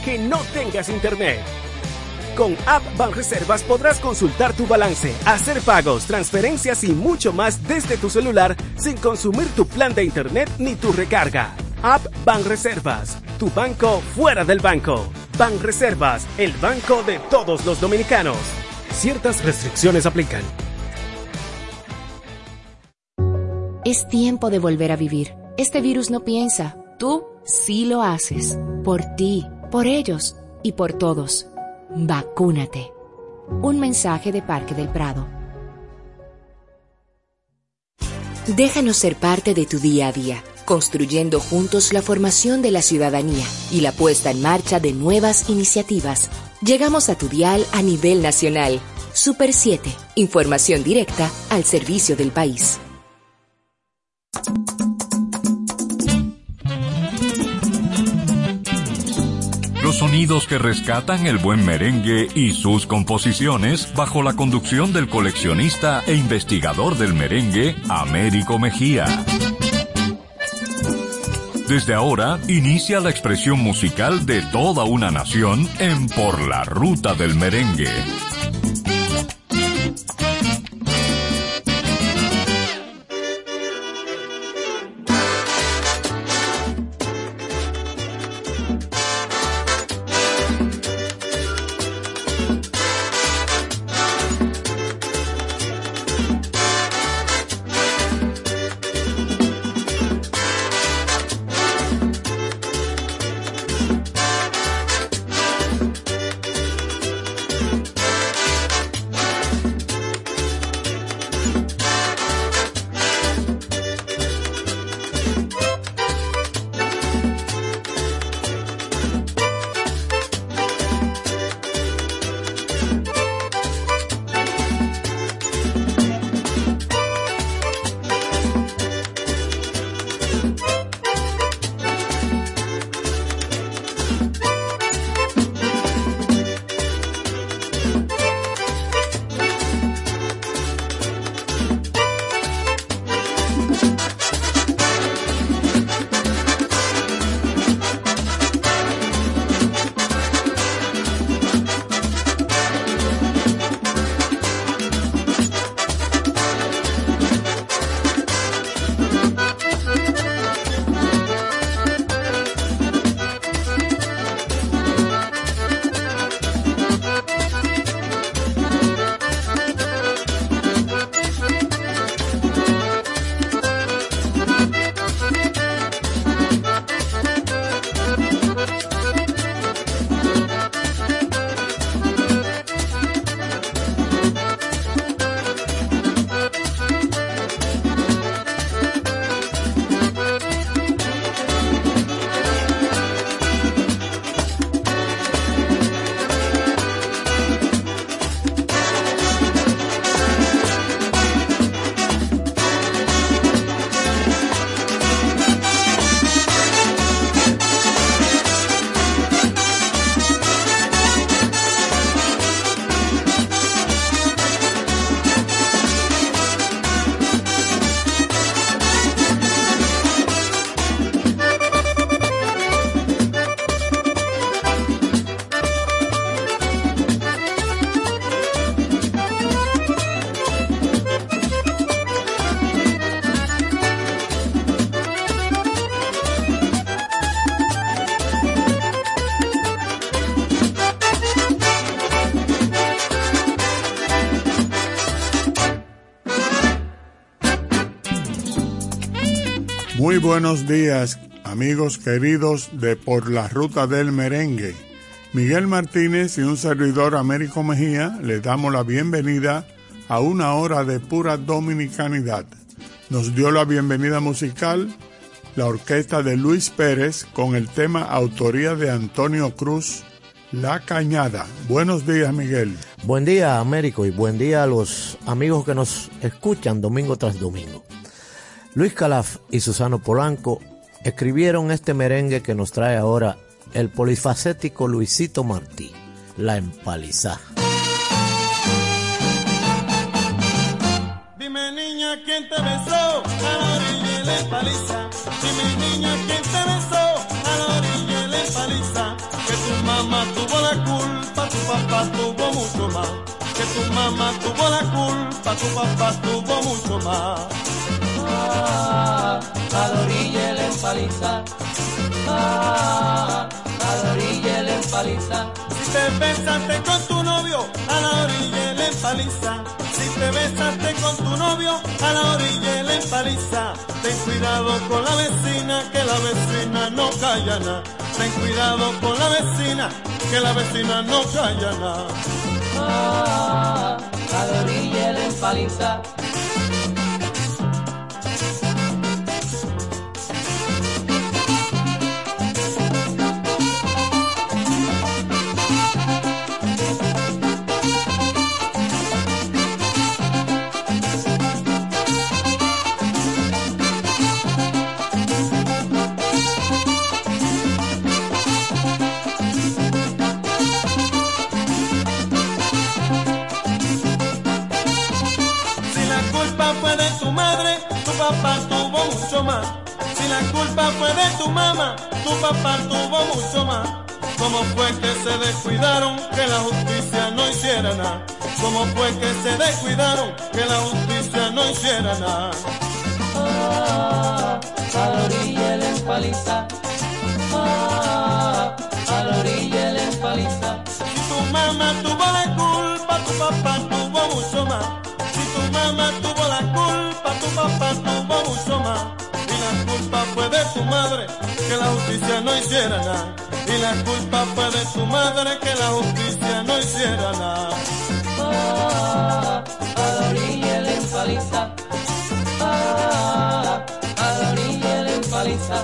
aunque no tengas internet. Con App Banreservas podrás consultar tu balance, hacer pagos, transferencias y mucho más desde tu celular sin consumir tu plan de internet ni tu recarga. App Banreservas, tu banco fuera del banco. Banreservas, el banco de todos los dominicanos. Ciertas restricciones aplican. Es tiempo de volver a vivir. Este virus no piensa, tú sí lo haces. Por ti, por ellos y por todos. Vacúnate. Un mensaje de Parque del Prado. Déjanos ser parte de tu día a día, construyendo juntos la formación de la ciudadanía y la puesta en marcha de nuevas iniciativas. Llegamos a tu dial a nivel nacional. Super 7, información directa al servicio del país. Los sonidos que rescatan el buen merengue y sus composiciones bajo la conducción del coleccionista e investigador del merengue, Américo Mejía. Desde ahora, inicia la expresión musical de toda una nación en Por la Ruta del Merengue. Muy buenos días, amigos queridos de Por la Ruta del Merengue. Miguel Martínez y un servidor, Américo Mejía, les damos la bienvenida a una hora de pura dominicanidad. Nos dio la bienvenida musical la orquesta de Luis Pérez con el tema autoría de Antonio Cruz, La Cañada. Buenos días, Miguel. Buen día, Américo, y buen día a los amigos que nos escuchan domingo tras domingo. Luis Calaf y Susano Polanco escribieron este merengue que nos trae ahora el polifacético Luisito Martí, La Empalizá. Dime, niña, ¿quién te besó a la orilla de la empaliza? Dime, niña, ¿quién te besó a la orilla de la empaliza? Que tu mamá tuvo la culpa, tu papá tuvo mucho más. Que tu mamá tuvo la culpa, tu papá tuvo mucho más. A la orilla de la empaliza, a la orilla de la empaliza. Si te besaste con tu novio, a la orilla de la empaliza. Si te besaste con tu novio, a la orilla de la empaliza. Ten cuidado con la vecina, que la vecina no calla nada. Ten cuidado con la vecina, que la vecina no calla nada. A la orilla de la empaliza. Papá tuvo mucho más. Si la culpa fue de tu mamá, tu papá tuvo mucho más. ¿Cómo fue que se descuidaron que la justicia no hiciera nada? ¿Cómo fue que se descuidaron que la justicia no hiciera nada? A la orilla de la empaliza, a la orilla de la empaliza. Si tu mamá tuvo la culpa, tu papá tuvo mucho más. Si tu mamá tuvo la culpa, tu papá tuvo mucho más. Y la culpa fue de tu madre, que la justicia no hiciera nada. Y la culpa fue de tu madre, que la justicia no hiciera nada. A la orilla de la empaliza, a la orilla de la empaliza.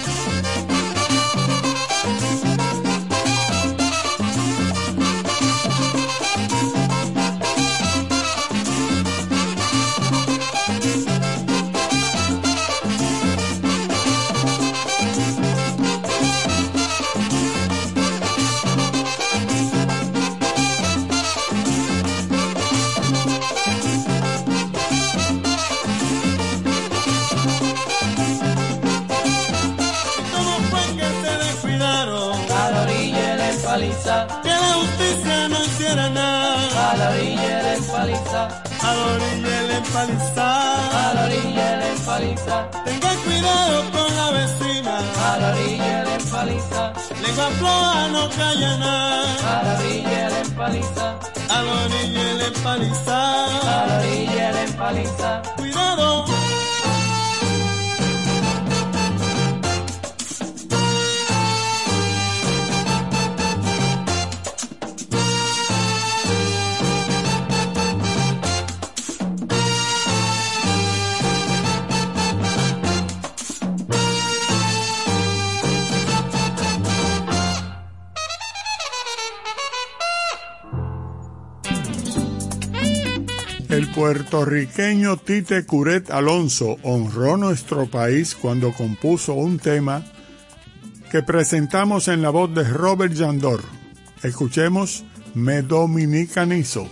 Que la justicia no hiciera nada. A la orilla de la empaliza, a la orilla de la empaliza, a la orilla de la empaliza. Tenga cuidado con la vecina, a la orilla de la empaliza. Lengua floja no calla nada, a la orilla de la empaliza, a la orilla de la empaliza, a la orilla de la empaliza. Cuidado. El puertorriqueño Tite Curet Alonso honró nuestro país cuando compuso un tema que presentamos en la voz de Robert Yandor. Escuchemos Me Dominicanizo.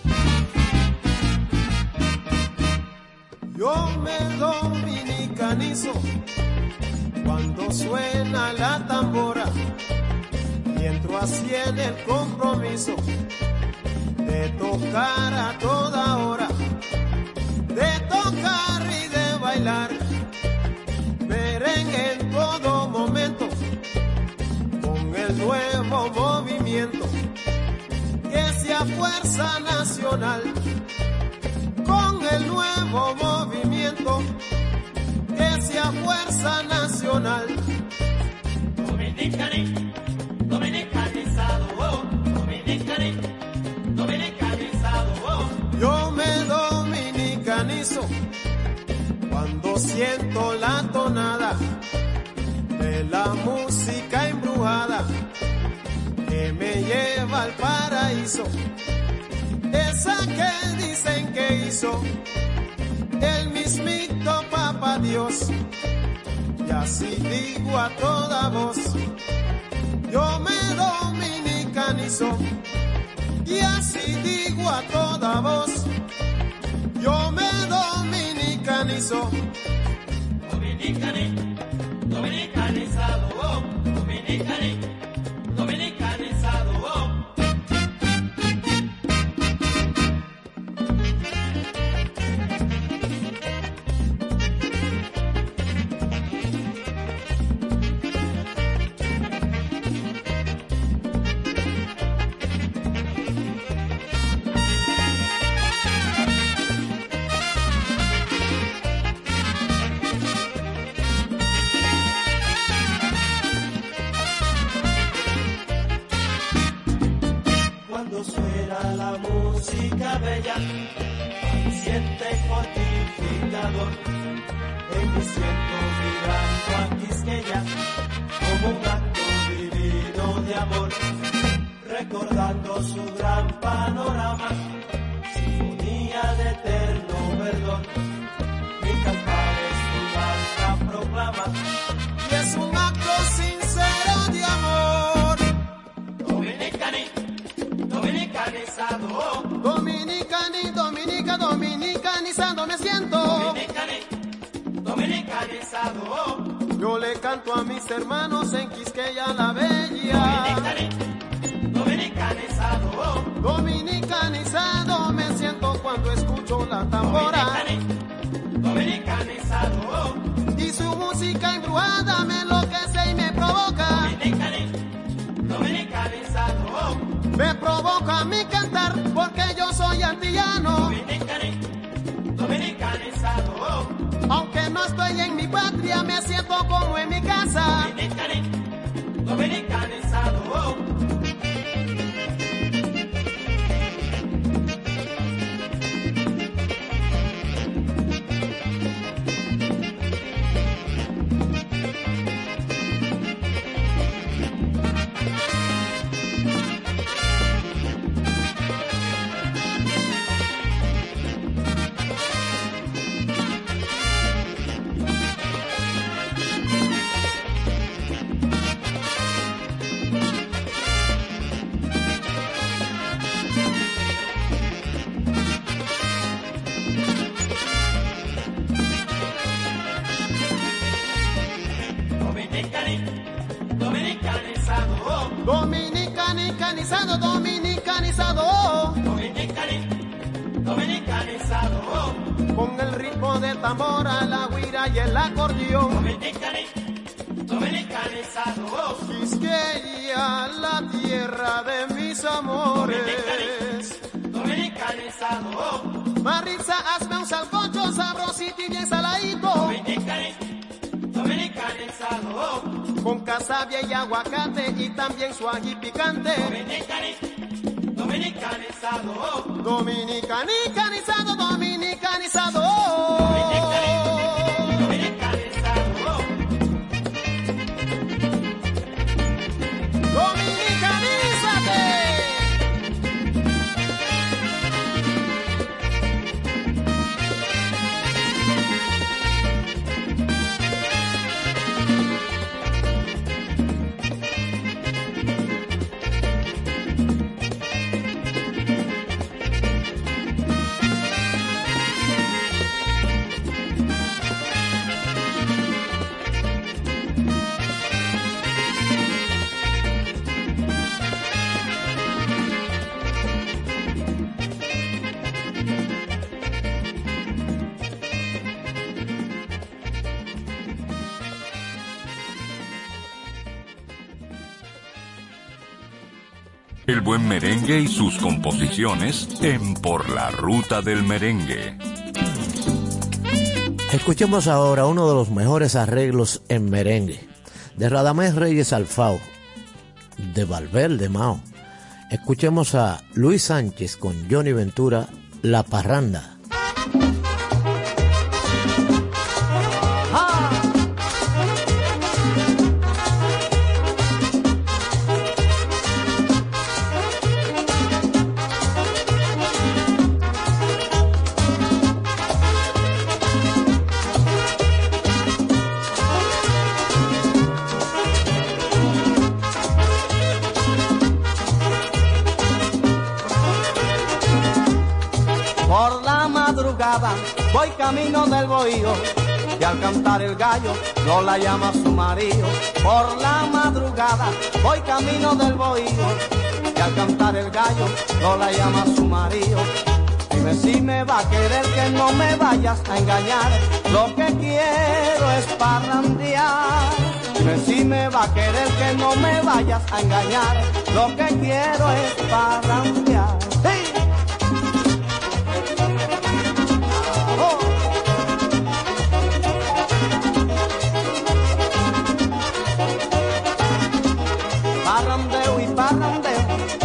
Yo me dominicanizo cuando suena la tambora y entro así en el compromiso de tocar a toda hora, de tocar y de bailar merengue en todo momento, con el nuevo movimiento que sea fuerza nacional, con el nuevo movimiento que sea fuerza nacional. Dominicanizado, oh, dominicanizado, oh. Yo me dominicanizo cuando siento la tonada de la música embrujada que me lleva al paraíso, esa que dicen que hizo el mismito Papa Dios. Y así digo a toda voz, yo me dominicanizo. Y así digo a toda voz, yo me dominicanizo. Dominicanizado, oh, dominicanizado. suena la música bella, siente fortificador. En mi siento mirando a Quisqueya como un acto divino de amor, recordando su gran panorama, sinfonía de eterno perdón. Mi cantar es su marca proclama, y es un acto sincero de amor. Dominicanizado, dominicanizado me siento. Dominicanizado, yo le canto a mis hermanos en Quisqueya la Bella. Dominicanizado me siento cuando escucho la tambora. Dominicanizado, y su música embrujada me enloquece y me provoca. Dominicanizado, me provoca a mí cantar porque yo soy antillano. Dominicanizado, aunque no estoy en mi patria, me siento como en mi casa. Dominicanizado. Dominicanizado, con el ritmo de tambora, la guira y el acordeón. Dominicanizado, Quisqueya, la tierra de mis amores. Dominicanizado, Maritza, hazme un salcocho sabrosito y bien saladito. Dominicanizado, con casabia y aguacate y también su ají picante. Dominicanizado, dominicanizado, dominicanizado. El buen merengue y sus composiciones en Por la Ruta del Merengue. Escuchemos ahora uno de los mejores arreglos en merengue, de Radamés Reyes Alfao, de Valverde Mao. Escuchemos a Luis Sánchez con Johnny Ventura, La Parranda. Voy camino del bohío y al cantar el gallo Lola llama a su marido. Por la madrugada voy camino del bohío y al cantar el gallo Lola llama a su marido. Dime si me va a querer, que no me vayas a engañar, lo que quiero es parrandear. Dime si me va a querer, que no me vayas a engañar, lo que quiero es parrandear. ¡Sí!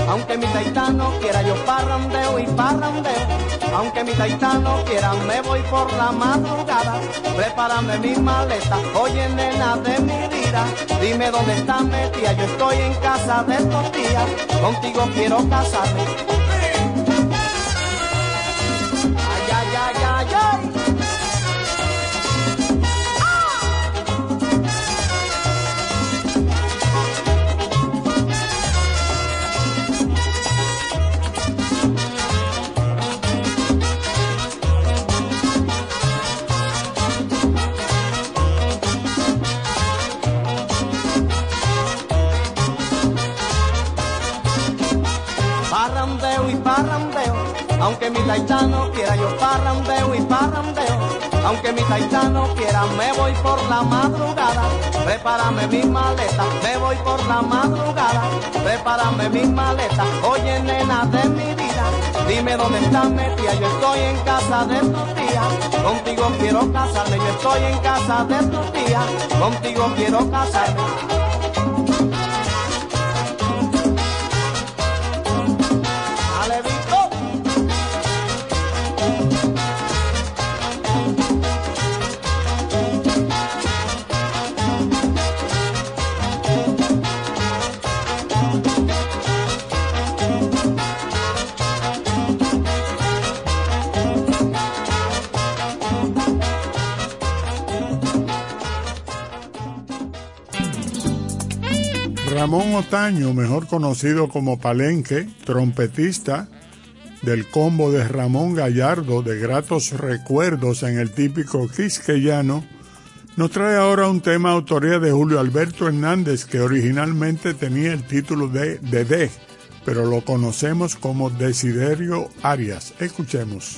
aunque mi taitano quiera yo parrandeo y parrandeo, aunque mi taitano quiera me voy por la madrugada, prepárame mi maleta, oye nena de mi vida, dime dónde estás metida, yo estoy en casa de estos días, contigo quiero casarme. Ay, ay, ay, ay, ay. Parrandeo y parrandeo, aunque mi taitano quiera yo parrandeo y parrandeo, aunque mi taitano quiera me voy por la madrugada, prepárame mi maleta, me voy por la madrugada, prepárame mi maleta, oye nena de mi vida, dime dónde estás metida, yo estoy en casa de tus tías, contigo quiero casarme, yo estoy en casa de tus tías, contigo quiero casarme. Ramón Otaño, mejor conocido como Palenque, trompetista del combo de Ramón Gallardo de gratos recuerdos en el típico quisqueyano, nos trae ahora un tema autoría de Julio Alberto Hernández que originalmente tenía el título de Dedé, pero lo conocemos como Desiderio Arias. Escuchemos.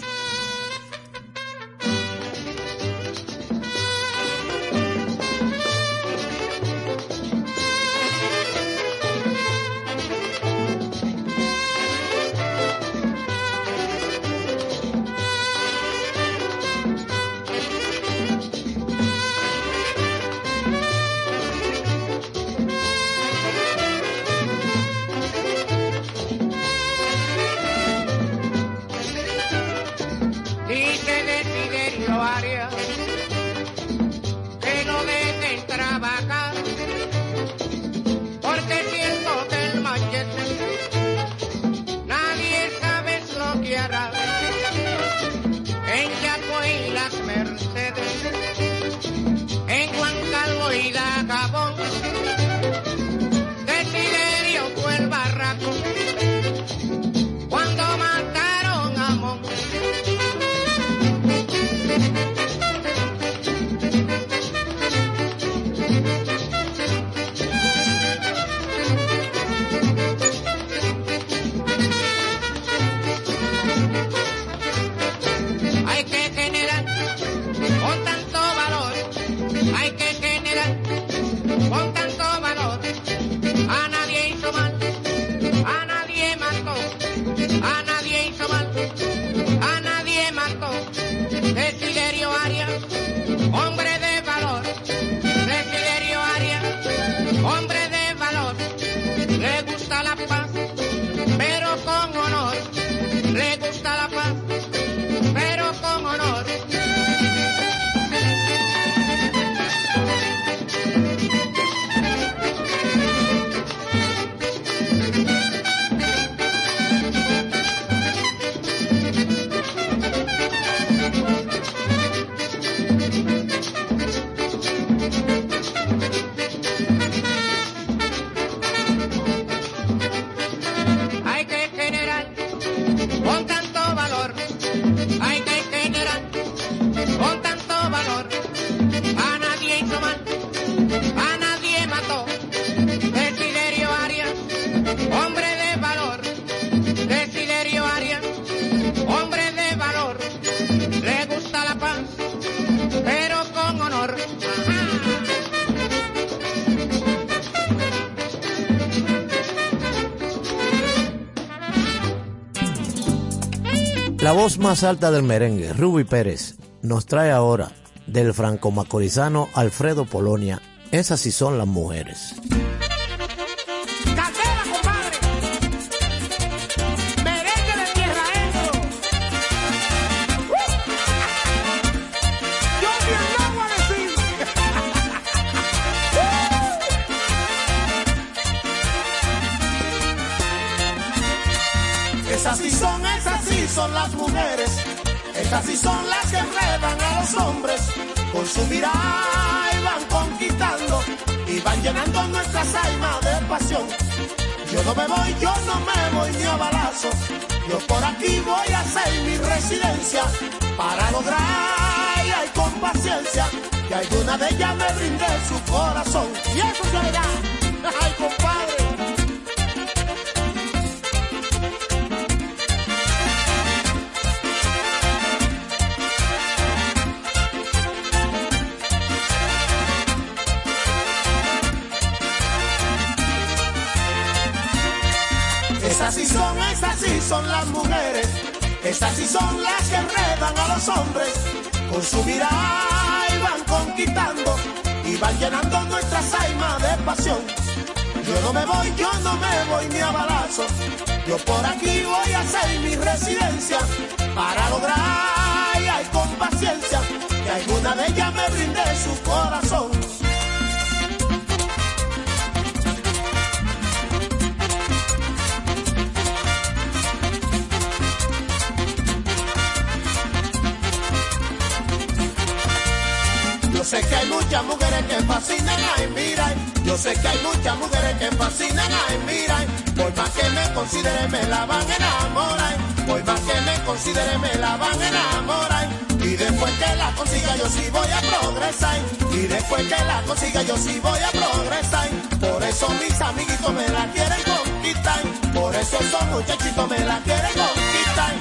La voz más alta del merengue, Ruby Pérez, nos trae ahora del franco-macorizano Alfredo Polonia, Esas sí son las mujeres. ¡Candela, compadre! Esas sí son las mujeres. Estas sí son las que enredan a los hombres. Con su mirada y van conquistando y van llenando nuestras almas de pasión. Yo no me voy ni a balazo. Yo por aquí voy a hacer mi residencia para lograr, y con paciencia, que alguna de ellas me brinde su corazón. Y eso se verá. ¡Ay, compadre! Esas sí son las mujeres. Esas sí son las que enredan a los hombres. Con su mirada y van conquistando y van llenando nuestras almas de pasión. Yo no me voy ni a balazo. Yo por aquí voy a hacer mi residencia para lograr, y con paciencia, que alguna de ellas me brinde su corazón. Yo sé que hay muchas mujeres que fascinan, ay, mira. Yo sé que hay muchas mujeres que fascinan, ay, mira. Por más que me considere me la van a enamorar. Por más que me considere me la van a enamorar. Y después que la consiga yo sí voy a progresar. Y después que la consiga yo sí voy a progresar. Por eso mis amiguitos me la quieren conquistar. Por eso esos muchachitos me la quieren conquistar.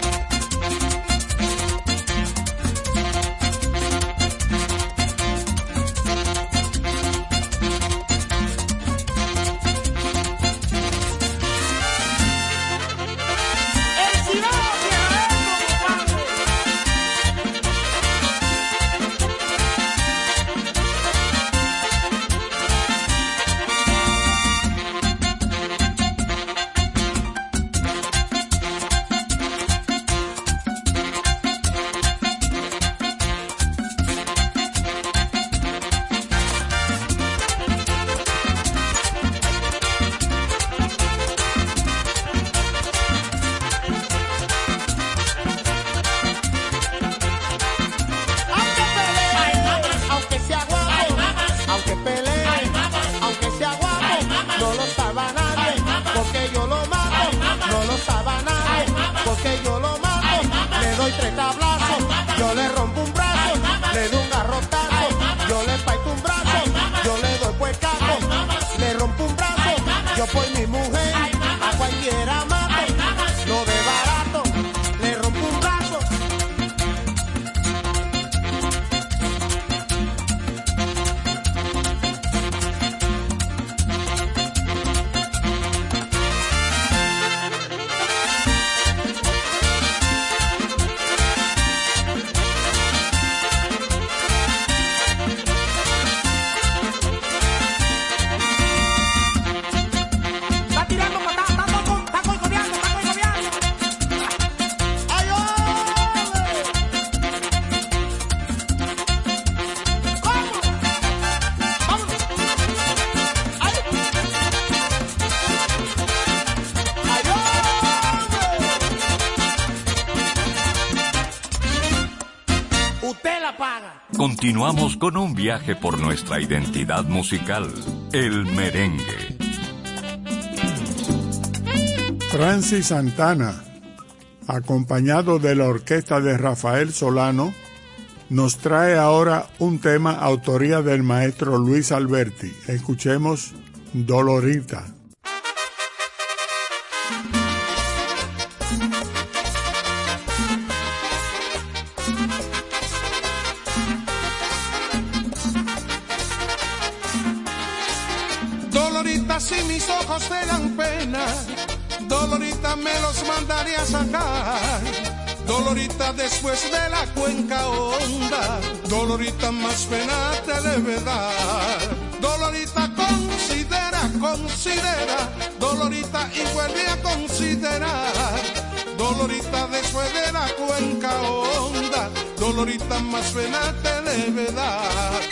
Continuamos con un viaje por nuestra identidad musical, el merengue. Francis Santana, acompañado de la orquesta de Rafael Solano, nos trae ahora un tema autoría del maestro Luis Alberti. Escuchemos Dolorita. Dolorita, si mis ojos te dan pena, Dolorita, me los mandaré a sacar. Dolorita, después de la cuenca honda, Dolorita, más pena te debe dar. Dolorita, considera, Dolorita, y vuelve a considerar. Dolorita, después de la cuenca honda, Dolorita, más pena te debe dar.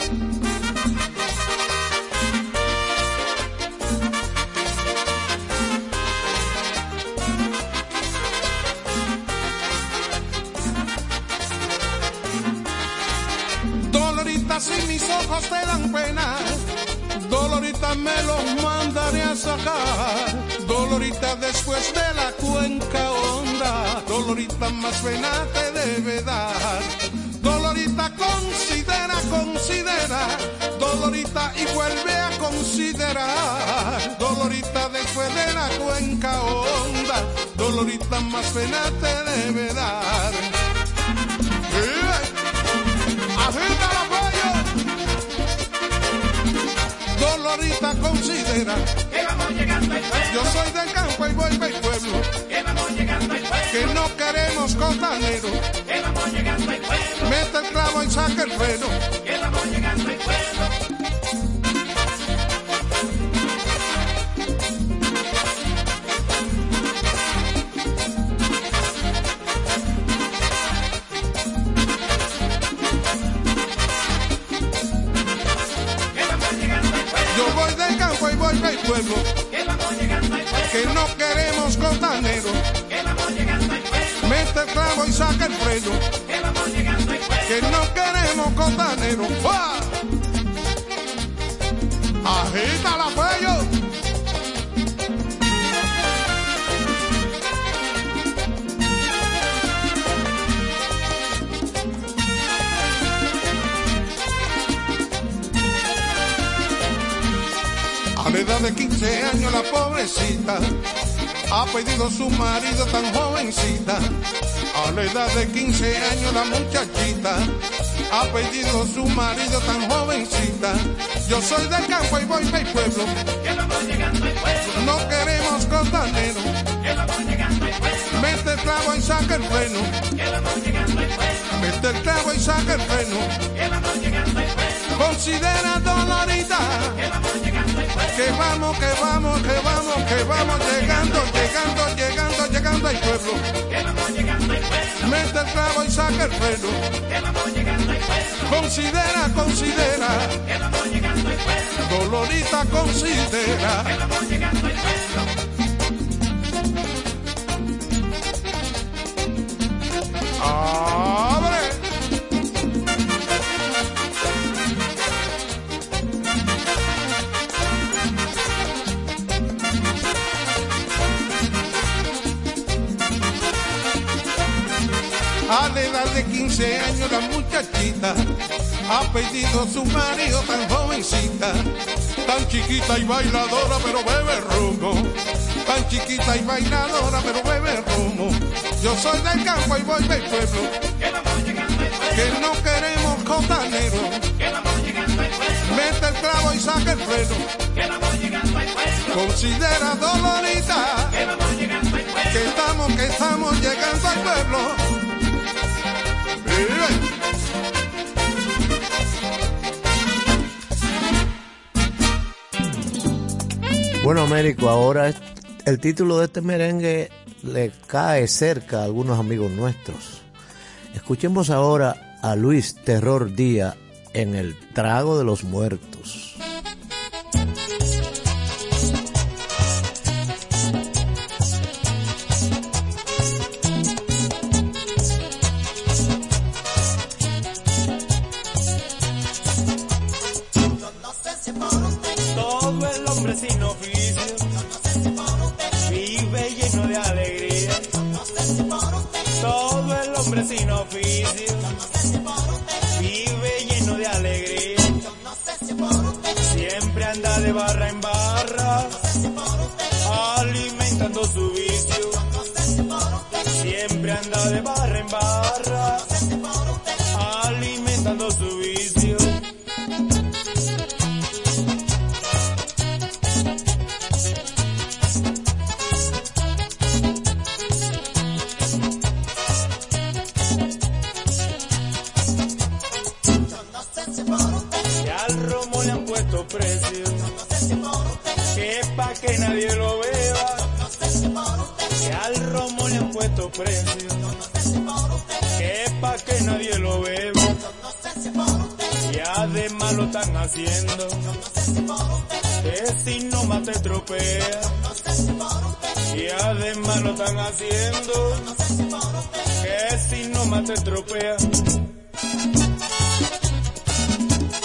si mis ojos te dan pena, Dolorita me los mandaré a sacar. Dolorita después de la cuenca honda, Dolorita más pena te debe dar. Dolorita considera, considera, Dolorita y vuelve a considerar. Dolorita después de la cuenca honda, Dolorita más pena te debe dar. Agita la cuello. Dolorita considera que vamos llegando al pueblo. Yo soy del campo y voy del pueblo. Que vamos llegando al pueblo. Que no queremos costanero. Que vamos llegando al pueblo. Mete el clavo y saca el freno. Que vamos llegando al pueblo. Pueblo, que vamos llegando al pueblo, que no queremos costanero, que vamos llegando al pueblo, mete el clavo y saca el freno, que vamos llegando al pueblo, que no queremos costanero. ¡Fua! Agita la cuello. A la edad de 15 años la pobrecita ha pedido su marido tan jovencita. A la edad de 15 años la muchachita ha pedido su marido tan jovencita. Yo soy del campo y voy del pueblo, que vamos llegando al pueblo, no queremos costanero, que vamos llegando al pueblo, mete el clavo y saca el freno, que vamos llegando al pueblo, mete el clavo y saca el freno, que vamos llegando al pueblo, considera Dolorita, que vamos llegando al pueblo, que vamos, que vamos, que vamos, que vamos llegando, llegando, llegando, llegando al pueblo, que vamos llegando al pueblo, mete el clavo y saca el freno, que vamos llegando al pueblo, considera, considera, que vamos llegando al pueblo, Dolorita considera, que vamos llegando al pueblo. ¡Abre! A la edad de 15 años la muchachita ha pedido su marido tan jovencita, tan chiquita y bailadora pero bebe rumo, tan chiquita y bailadora pero bebe rumo. Yo soy del campo y voy del pueblo, Que vamos llegando al pueblo, que no queremos costanero, que vamos llegando al pueblo, mete el clavo y saca el freno, que vamos llegando al pueblo, considera Dolorita, que vamos llegando al pueblo, que estamos llegando al pueblo. Vive. Bueno, Américo, ahora el título de este merengue le cae cerca a algunos amigos nuestros. Escuchemos ahora a Luis Terror Díaz en El Trago de los Muertos. Todo el hombre sin oficio vive lleno de alegría. Todo el hombre sin oficio vive lleno de alegría. Siempre anda de barra en barra, alimentando su vicio. Siempre anda de barra en barra, alimentando su vicio. Precio, que pa' que nadie lo vea, que al romo le han puesto precio, que pa' que nadie lo beba, y además lo están haciendo, que si no más te tropea, y además lo están haciendo, que si no más te tropea.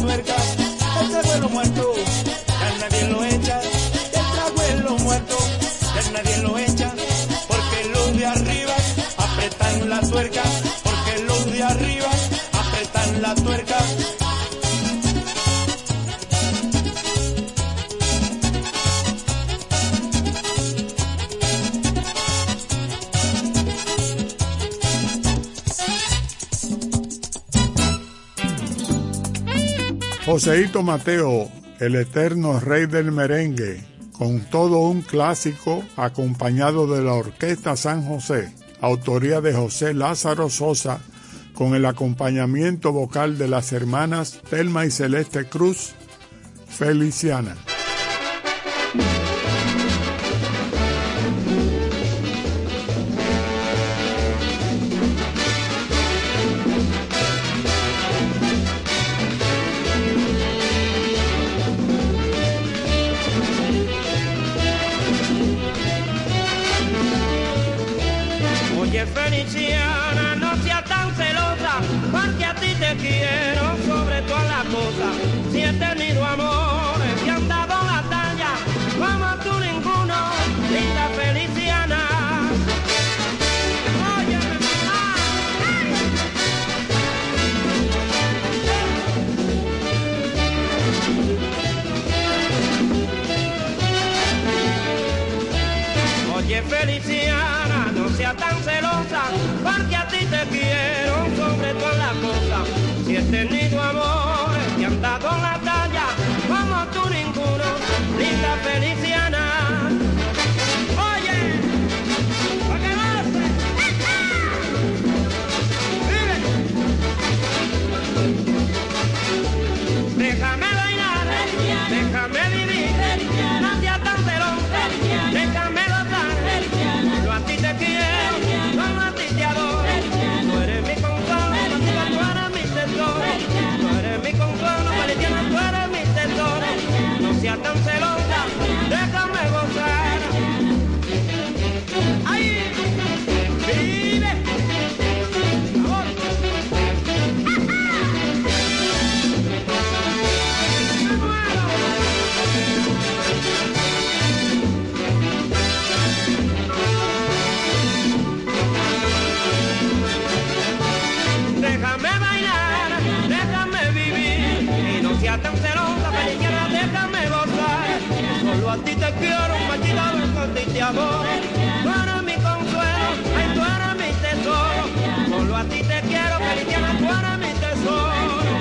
tuerca, el trago en los muertos, ya nadie lo echa, el trago en los muertos, ya nadie lo echa, porque los de arriba apretan la tuerca, porque los de arriba apretan la tuerca. Joseito Mateo, el eterno rey del merengue, con todo un clásico acompañado de la Orquesta San José, autoría de José Lázaro Sosa, con el acompañamiento vocal de las hermanas Telma y Celeste Cruz, Feliciana. Feliciana, no seas tan celosa, porque a ti te quiero sobre todas las cosas. Si he tenido amores que han dado la talla, como tú ninguno, linda Feliciana. Óyeme, oye Feliciana, no seas tan celosa, porque a ti te quiero sobre todas las cosas. Si he tenido amores que han dado la talla, como tú ninguno, linda Feliciana. Oye, ¿para qué lo haces? Déjame bailar, déjame vivir, no seas tan celosa, déjame gozar. Yo a ti te quiero, como a ti te adoro. Tú eres mi consuelo, Feliciana, tú eres mi tesoro. Tú eres mi consuelo, Feliciana, tú eres mi tesoro. No seas tan celosa, déjame gozar. ¡Ay! ¡Vive! Déjame bailar, déjame vivir, y no seas tan celosa, Feliciana, déjame gozar. Solo a ti te quiero, machita, a ti te adoro. Tú eres mi consuelo, ay, tú eres mi tesoro. Solo a ti te quiero, Feliciana, tú eres mi tesoro.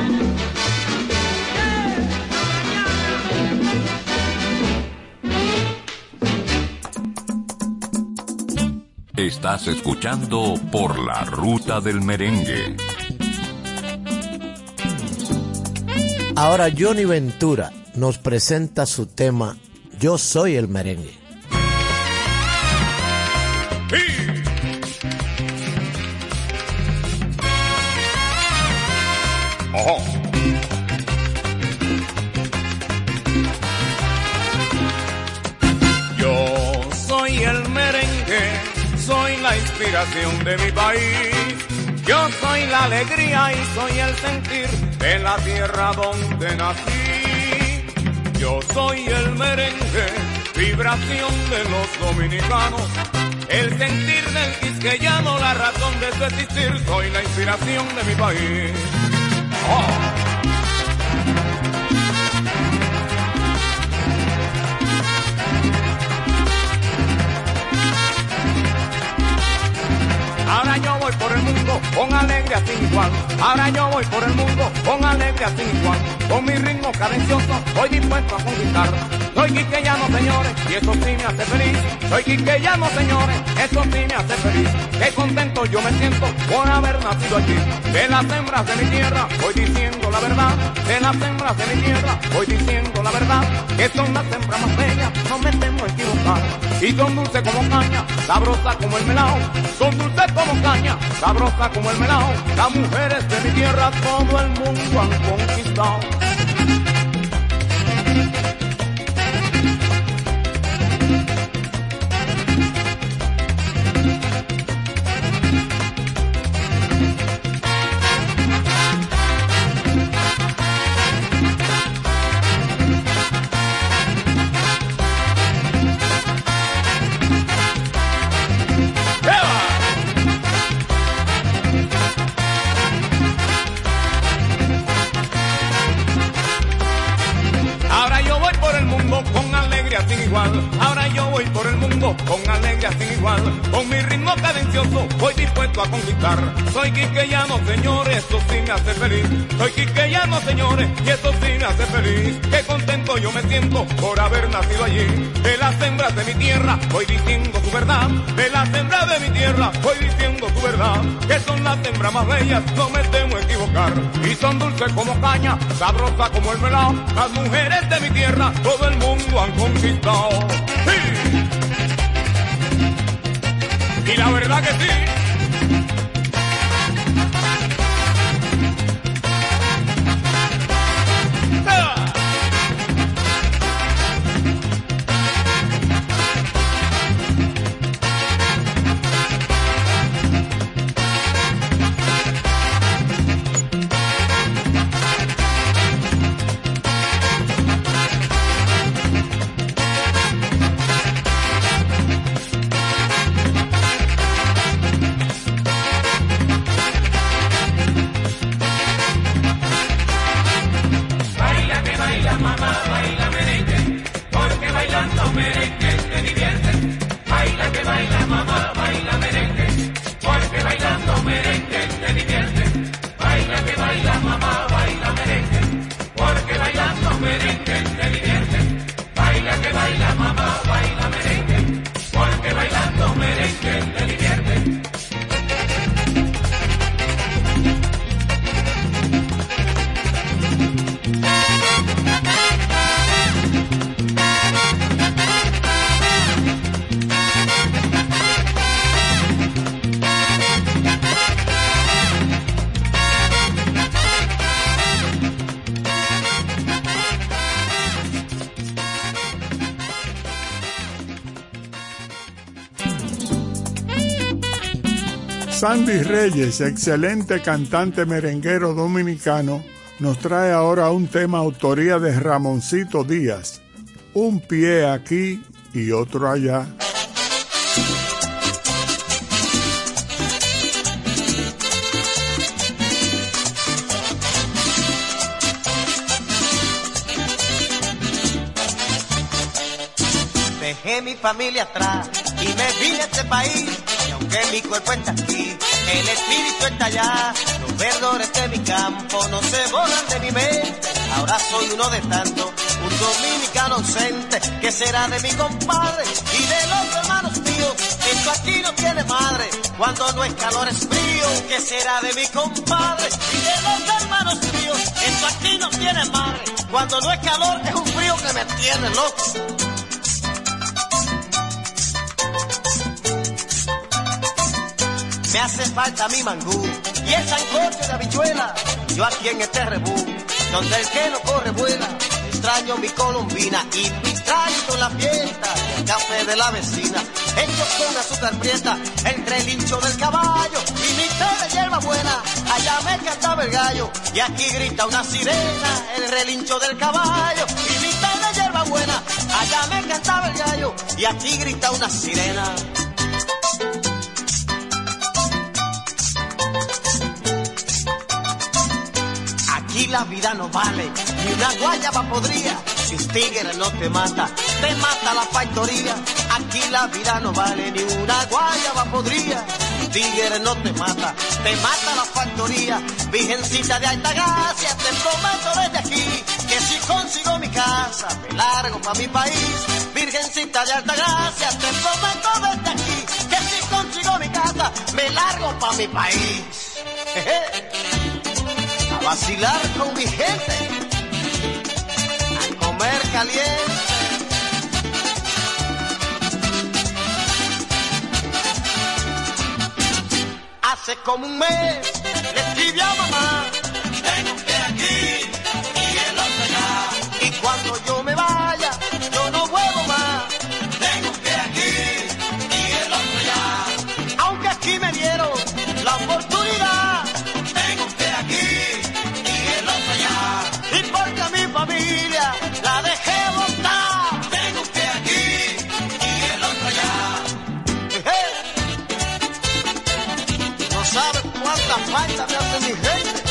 Estás escuchando Por la Ruta del Merengue. Ahora Johnny Ventura nos presenta su tema Yo Soy el Merengue. Ojo. Yo soy el merengue, soy la inspiración de mi país. Yo soy la alegría y soy el sentir de la tierra donde nací. Yo soy el merengue, vibración de los dominicanos. El sentir del quisqueyano, la razón de su existir. Soy la inspiración de mi país. Oh. Ahora yo voy por el mundo con alegría sin igual. Ahora yo voy por el mundo con alegría sin igual. Con mi ritmo cadencioso voy dispuesto a conquistar. Soy quiqueyano, señores, y eso sí me hace feliz. Soy quiqueyano, señores, eso sí me hace feliz. Qué contento yo me siento por haber nacido aquí. De las hembras de mi tierra voy diciendo la verdad. De las hembras de mi tierra voy diciendo la verdad. Que son las hembras más bellas, no me temo equivocar. Y son dulces como caña, sabrosas como el melao. Son dulces como caña, sabrosa como el melao. Las mujeres de mi tierra todo el mundo han conquistado. alegría sin igual. Con mi ritmo cadencioso voy dispuesto a conquistar. Soy quiqueyano, señores, esto sí me hace feliz. Soy quiqueyano, señores, y esto sí me hace feliz. Qué contento yo me siento por haber nacido allí. De las hembras de mi tierra voy diciendo su verdad. De las hembras de mi tierra voy diciendo su verdad. Que son las hembras más bellas, no me temo equivocar. Y son dulces como caña, sabrosas como el melao. Las mujeres de mi tierra todo el mundo han conquistado. ¡Sí! Y la verdad que sí. Sandy Reyes, excelente cantante merenguero dominicano, nos trae ahora un tema autoría de Ramoncito Díaz, Un pie aquí y otro allá. Dejé mi familia atrás y me vine a este país. Y aunque mi cuerpo está aquí, el espíritu está allá. Los verdes de mi campo no se borran de mi mente. Ahora soy uno de tantos, un dominicano ausente. ¿Qué será de mi compadre y de los hermanos míos? Esto aquí no tiene madre, cuando no es calor es frío. ¿Qué será de mi compadre y de los hermanos míos? Esto aquí no tiene madre, cuando no es calor es un frío que me tiene loco. Me hace falta mi mangú y el sancocho de habichuela. Yo aquí en este rebú, donde el que no corre vuela. Extraño mi colombina y mi extraño la fiesta. Y el café de la vecina, hecho con azúcar prieta. El relincho del caballo y mi té de hierba buena. Allá me cantaba el gallo y aquí grita una sirena. El relincho del caballo y mi té de hierba buena. Allá me cantaba el gallo y aquí grita una sirena. Aquí la vida no vale, ni una guayaba podría. Si un tigre no te mata la factoría. Aquí la vida no vale, ni una guayaba podría. Un tigre no te mata la factoría. Virgencita de Altagracia, te prometo desde aquí que si consigo mi casa, me largo pa' mi país. Virgencita de Altagracia, te prometo desde aquí que si consigo mi casa, me largo pa' mi país. A vacilar con mi gente, a comer caliente. Hace como un mes le escribí a mamá, tengo que aquí y el otro allá. Y cuando yo me vaya, yo no vuelvo más. Tengo que aquí y el otro allá. Aunque aquí me dieron la oportunidad. Tengo que aquí y el otro allá. Y porque a mi familia la dejé botar. Tengo que aquí y el otro allá. No sabes cuánta falta me hace mi gente.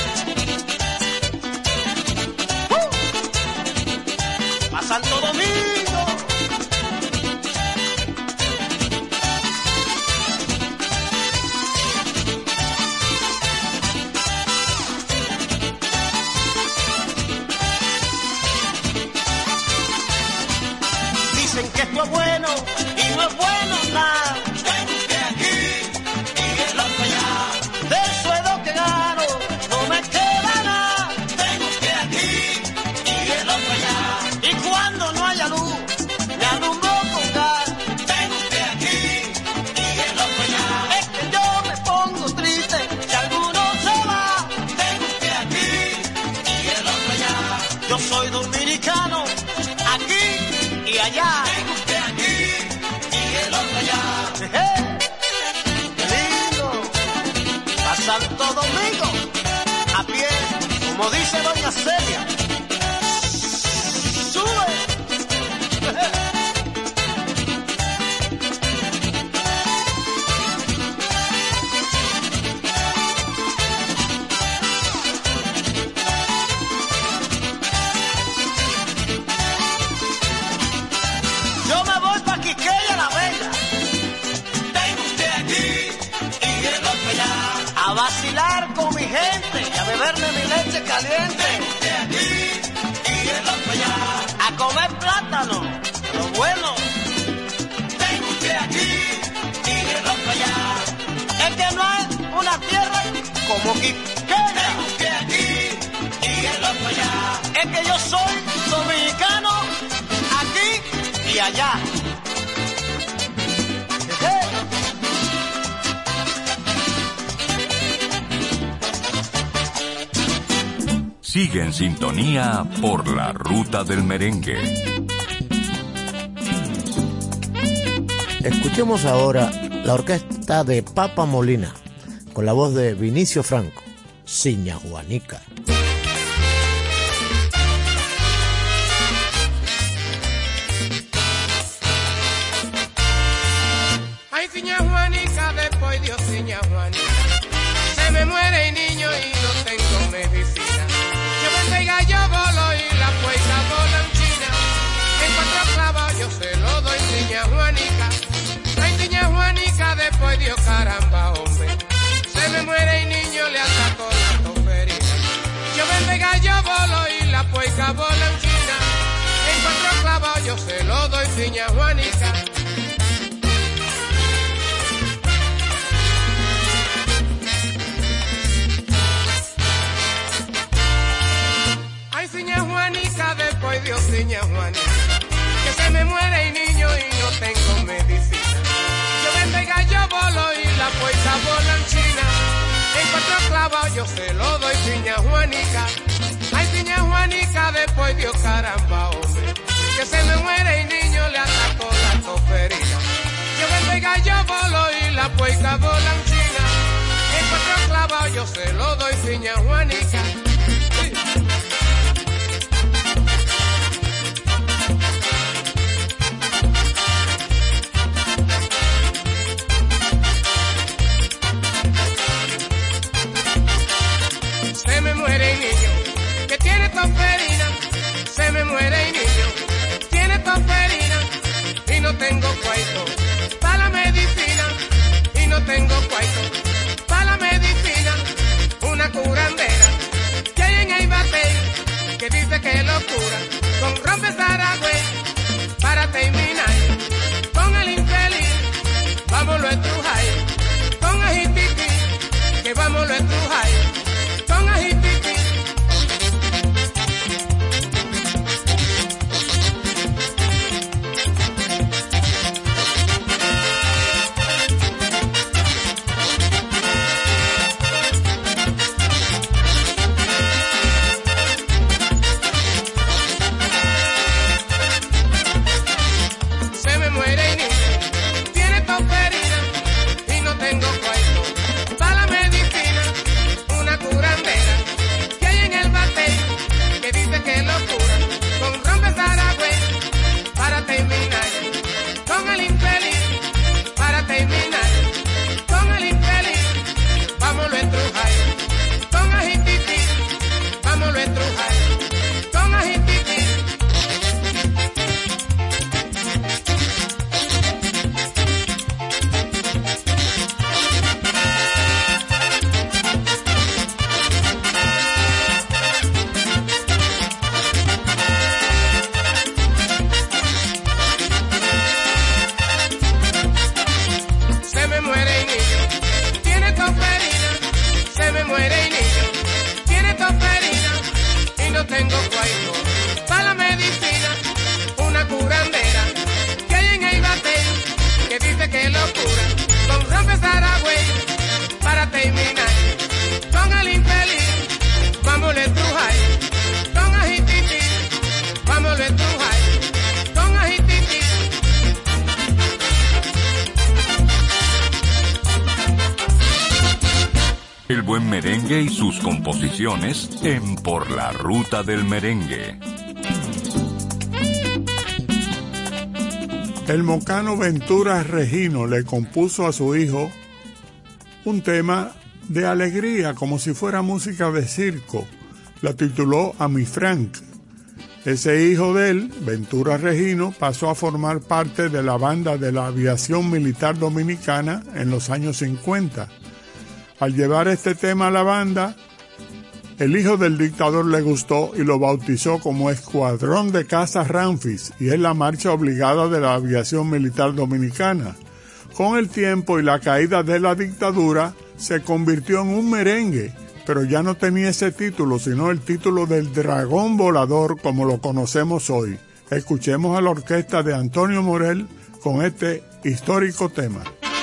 A Santo Domingo. allá. Tengo usted aquí y el otro allá. ¡Qué lindo! Pa' Santo Domingo, a pie, como dice doña Celia. ¡Sube! Yo me voy pa' Quiqueya la Bella. Tengo usted aquí y el otro allá. A vacilar con mi gente y a beberme mi leche caliente. Tengo usted aquí y el otro allá. A comer plátano, lo bueno. Tengo usted aquí y el otro allá. Es que no hay una tierra como Quiqueya. Tengo usted aquí y el otro allá. Es que yo soy dominicano aquí y allá. Sigue en sintonía por la ruta del merengue. Escuchemos ahora la orquesta de Papa Molina, con la voz de Vinicio Franco, Siña Juanica. Ay, Siña Juanica, después Dios, Siña Juanica, se me muere el niño y no tengo medicina. Yo vendo y gallo bolo y la puerta volan china. En 4 clavos yo se lo doy, Siña Juanica. Ay, Siña Juanica, después Dios, caramba, hombre, se me muere el niño, le atacó la toferina. Yo vendo y gallo bolo y la puerta volan china. En 4 clavos yo se lo doy, Siña Juanica. Ay, Siña Juanica, después Dios, Siña Juanica, que se me muere el niño y no tengo medicina. Yo vendo el gallo bolo y la puerta volan china. En 4 clavos yo se lo doy, Siña Juanica. Ay, Siña Juanica, después Dios, caramba, hombre, que se me muere el niño, le atacó la toferina. Yo vendo el gallo bolo y la puerta volan china. En 4 clavos yo se lo doy, Siña Juanica. Sí. Se me muere el niño que tiene toferina, se me muere el niño, tiene toferina y no tengo cuarto para la medicina, y no tengo cuarto para la medicina. Una curandera que hay en el batey que dice que lo cura con rompe Saragüey. Para terminar con el infeliz, vámonos a estrujar con ajititi, que vámonos a estrujar con ajititi. Se me muere el niño, tiene toferina y no tengo cuarto para la medicina. El buen merengue y sus composiciones en Por la Ruta del Merengue. El mocano Ventura Regino le compuso a su hijo un tema de alegría, como si fuera música de circo. La tituló A mi Frank. Ese hijo de él, Ventura Regino, pasó a formar parte de la banda de la aviación militar dominicana en los años 50. Al llevar este tema a la banda, el hijo del dictador le gustó y lo bautizó como Escuadrón de Caza Ramfis, y es la marcha obligada de la aviación militar dominicana. Con el tiempo y la caída de la dictadura, se convirtió en un merengue, pero ya no tenía ese título, sino el título del Dragón Volador como lo conocemos hoy. Escuchemos a la orquesta de Antonio Morel con este histórico tema.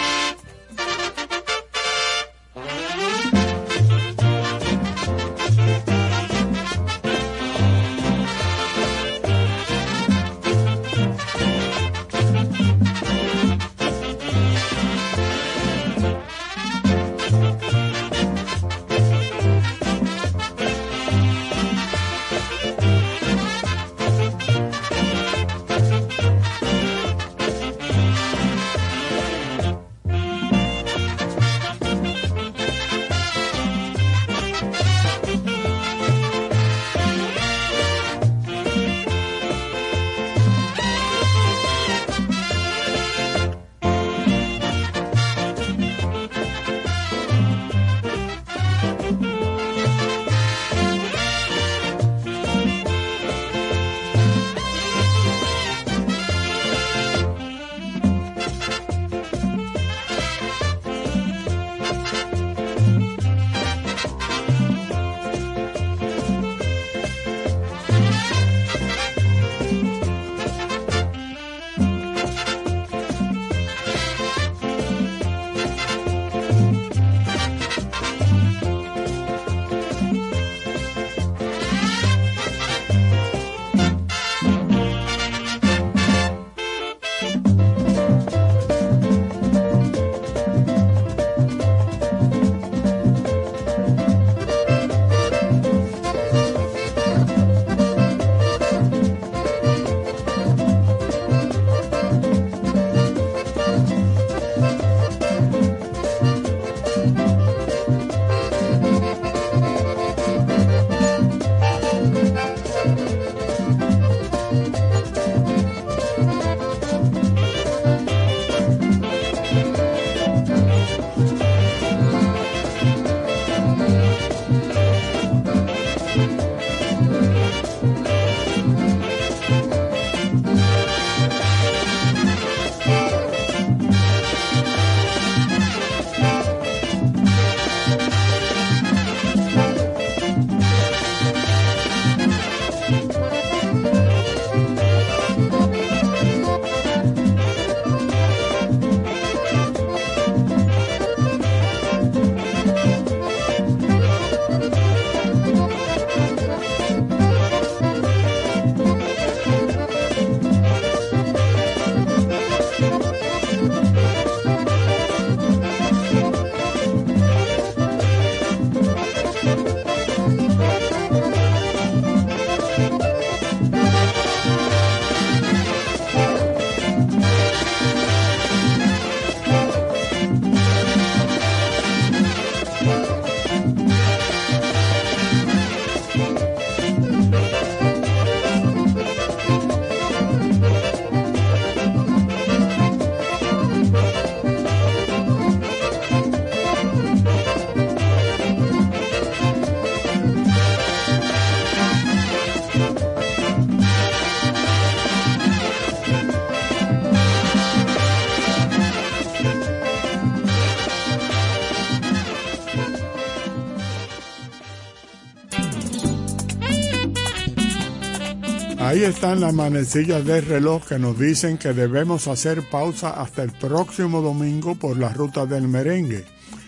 Ahí están las manecillas del reloj que nos dicen que debemos hacer pausa hasta el próximo domingo por la ruta del merengue.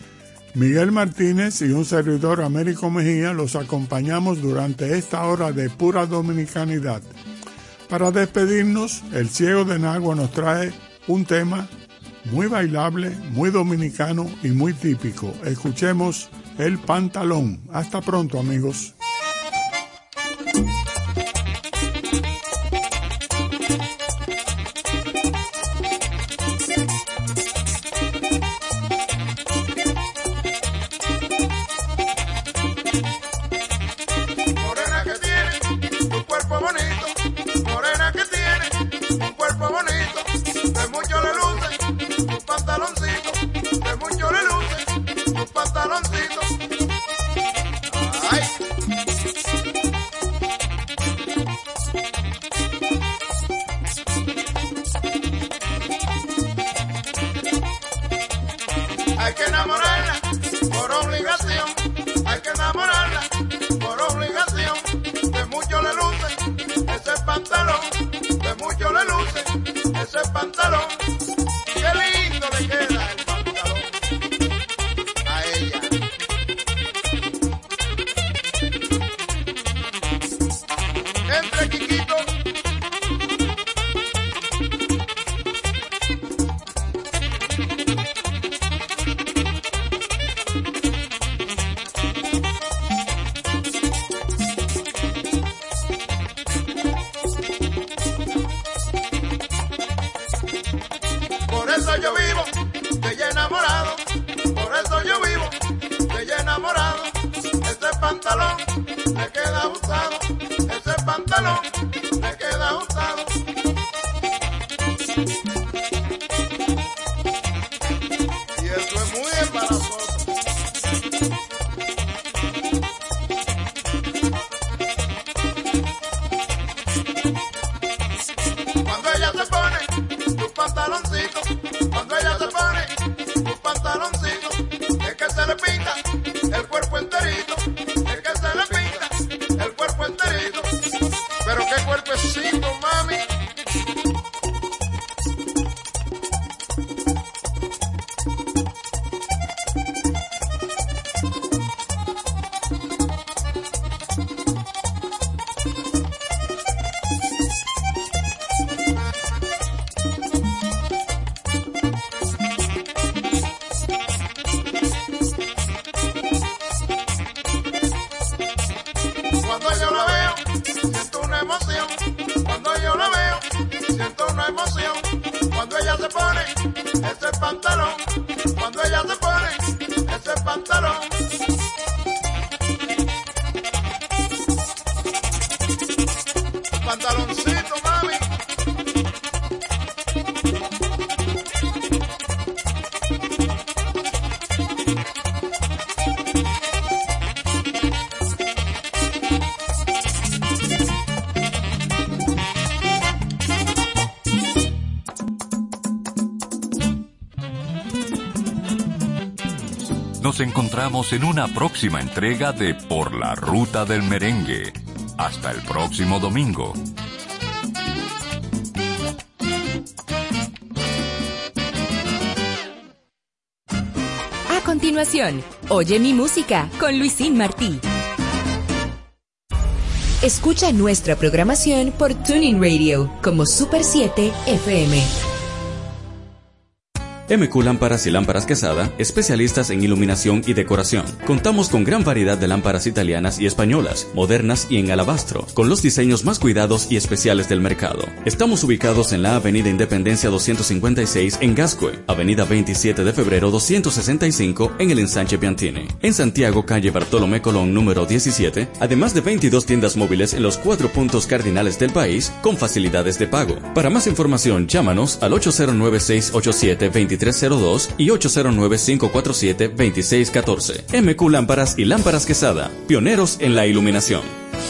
Miguel Martínez y un servidor, Américo Mejía, los acompañamos durante esta hora de pura dominicanidad. Para despedirnos, el Ciego de Nagua nos trae un tema muy bailable, muy dominicano y muy típico. Escuchemos El Pantalón. Hasta pronto, amigos. Hay que enamorarla por obligación, hay que enamorarla por obligación. De mucho le luce ese pantalón, de mucho le luce ese pantalón. Qué lindo le queda el pantalón a ella. Entre Quiquito. Por eso yo vivo de ella enamorado, por eso yo vivo de ella enamorado. Ese pantalón me queda usado, ese pantalón me queda usado. Y eso es muy embarazoso. Cuando ella se pone tus pantaloncitos, cuando ella se pone tus pantaloncitos, es que se le pinta el cuerpo enterito, es que se le pinta el cuerpo enterito. Pero qué cuerpecito, mami. Cuando yo la veo, siento una emoción. Cuando yo la veo, siento una emoción. Cuando ella se pone ese pantalón, cuando ella se pone ese pantalón. Pantaloncito, mami. Nos encontramos en una próxima entrega de Por la Ruta del Merengue. Hasta el próximo domingo. A continuación, Oye mi música con Luisín Martí. Escucha nuestra programación por TuneIn Radio como Super 7 FM. MQ Lámparas y Lámparas Quesada, especialistas en iluminación y decoración. Contamos con gran variedad de lámparas italianas y españolas, modernas y en alabastro, con los diseños más cuidados y especiales del mercado. Estamos ubicados en la Avenida Independencia 256 en Gascue, Avenida 27 de Febrero 265 en el Ensanche Piantini. En Santiago, calle Bartolomé Colón número 17, además de 22 tiendas móviles en los 4 puntos cardinales del país, con facilidades de pago. Para más información, llámanos al 809-687-2302 y 809-547-2614. MQ Lámparas y Lámparas Quesada, pioneros en la iluminación.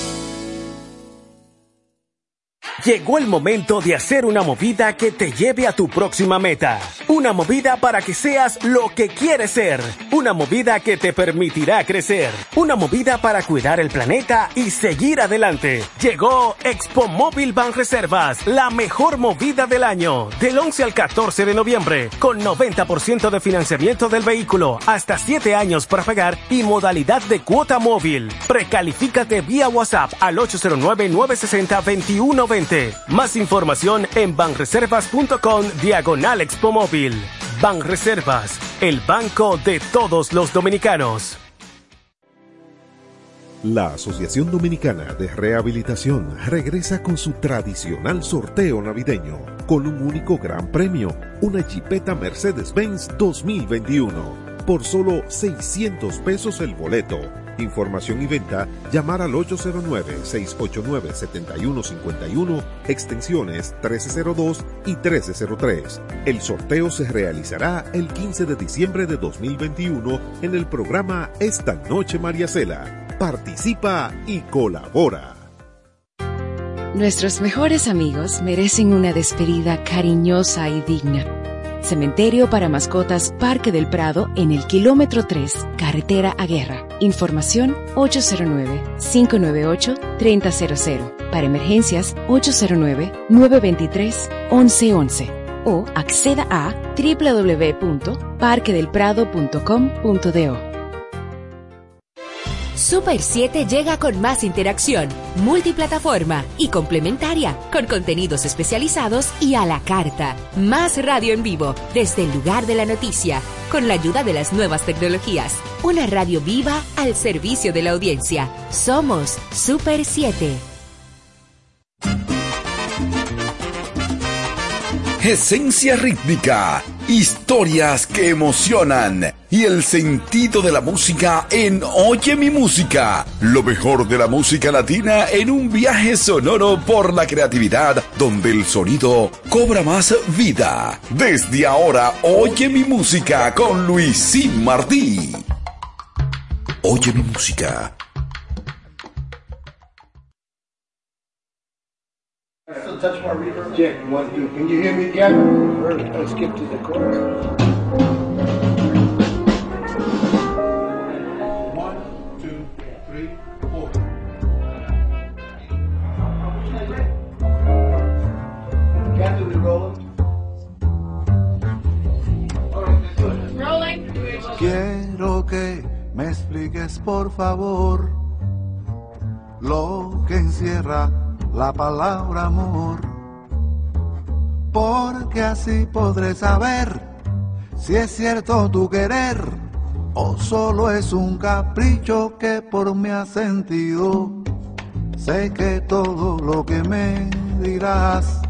Llegó el momento de hacer una movida que te lleve a tu próxima meta. Una movida para que seas lo que quieres ser. Una movida que te permitirá crecer. Una movida para cuidar el planeta y seguir adelante. Llegó Expo Móvil Banreservas, la mejor movida del año. Del 11 al 14 de noviembre, con 90% de financiamiento del vehículo, hasta 7 años para pagar y modalidad de cuota móvil. Precalifícate vía WhatsApp al 809-960-2120. Más información en banreservas.com/Expo Móvil. Banreservas, el banco de todos los dominicanos. La Asociación Dominicana de Rehabilitación regresa con su tradicional sorteo navideño, con un único gran premio, una Jeepeta Mercedes-Benz 2021, por solo $600 el boleto. Información y venta, llamar al 809-689-7151, extensiones 1302 y 1303. El sorteo se realizará el 15 de diciembre de 2021 en el programa Esta Noche Mariacela. Participa y colabora. Nuestros mejores amigos merecen una despedida cariñosa y digna. Cementerio para Mascotas Parque del Prado en el kilómetro 3, carretera a Guerra. Información 809-598-3000. Para emergencias 809-923-1111. O acceda a www.parquedelprado.com.do. Super 7 llega con más interacción, multiplataforma y complementaria, con contenidos especializados y a la carta. Más radio en vivo, desde el lugar de la noticia, con la ayuda de las nuevas tecnologías. Una radio viva al servicio de la audiencia. Somos Super 7. Esencia rítmica, historias que emocionan y el sentido de la música en Oye mi música. Lo mejor de la música latina en un viaje sonoro por la creatividad donde el sonido cobra más vida. Desde ahora, Oye mi música con Luisín Martí. Oye mi música. Still touch my reverb? Check, 1, 2. Can you hear me, Gavin? Let's skip to the chorus. 1, 2, 3, 4. Kathy, we rolling? Rolling. Quiero que me expliques, por favor, lo que encierra la palabra amor, porque así podré saber si es cierto tu querer o solo es un capricho que por mí has sentido. Sé que todo lo que me dirás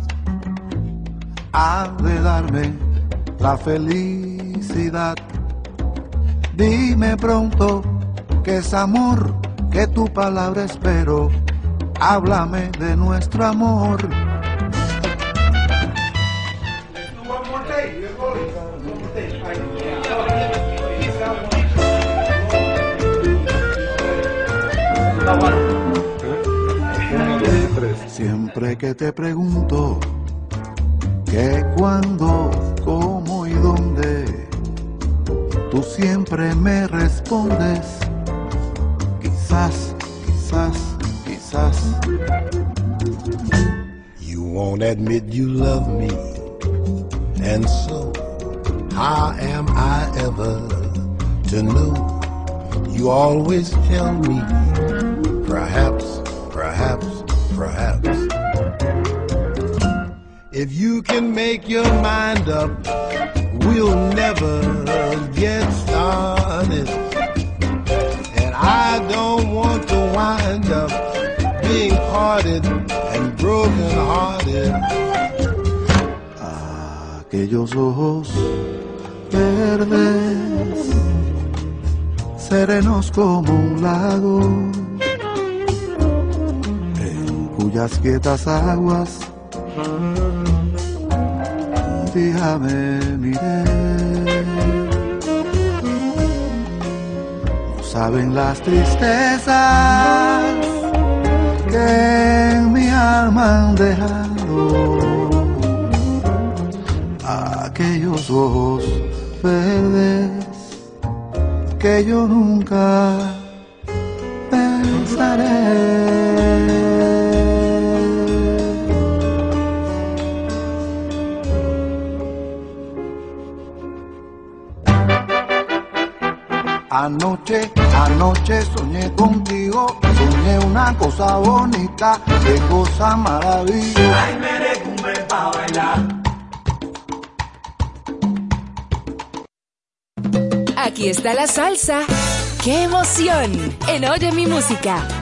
ha de darme la felicidad. Dime pronto que es amor, que tu palabra espero. Háblame de nuestro amor. Siempre que te pregunto qué, cuándo, cómo y dónde, tú siempre me respondes quizás, quizás. You won't admit you love me, and so how am I ever to know? You always tell me, perhaps, if you can make your mind up, we'll never get started, and I don't want to wind up being parted and broken hearted. Aquellos ojos verdes, serenos como un lago, en cuyas quietas aguas un día me miré. No saben las tristezas que en mi alma han dejado aquellos ojos verdes que yo nunca pensaré. Anoche soñé contigo, soñé una cosa bonita, qué cosa maravillosa. Ay, merecumbe pa' bailar. Aquí está la salsa. ¡Qué emoción! En Oye mi música.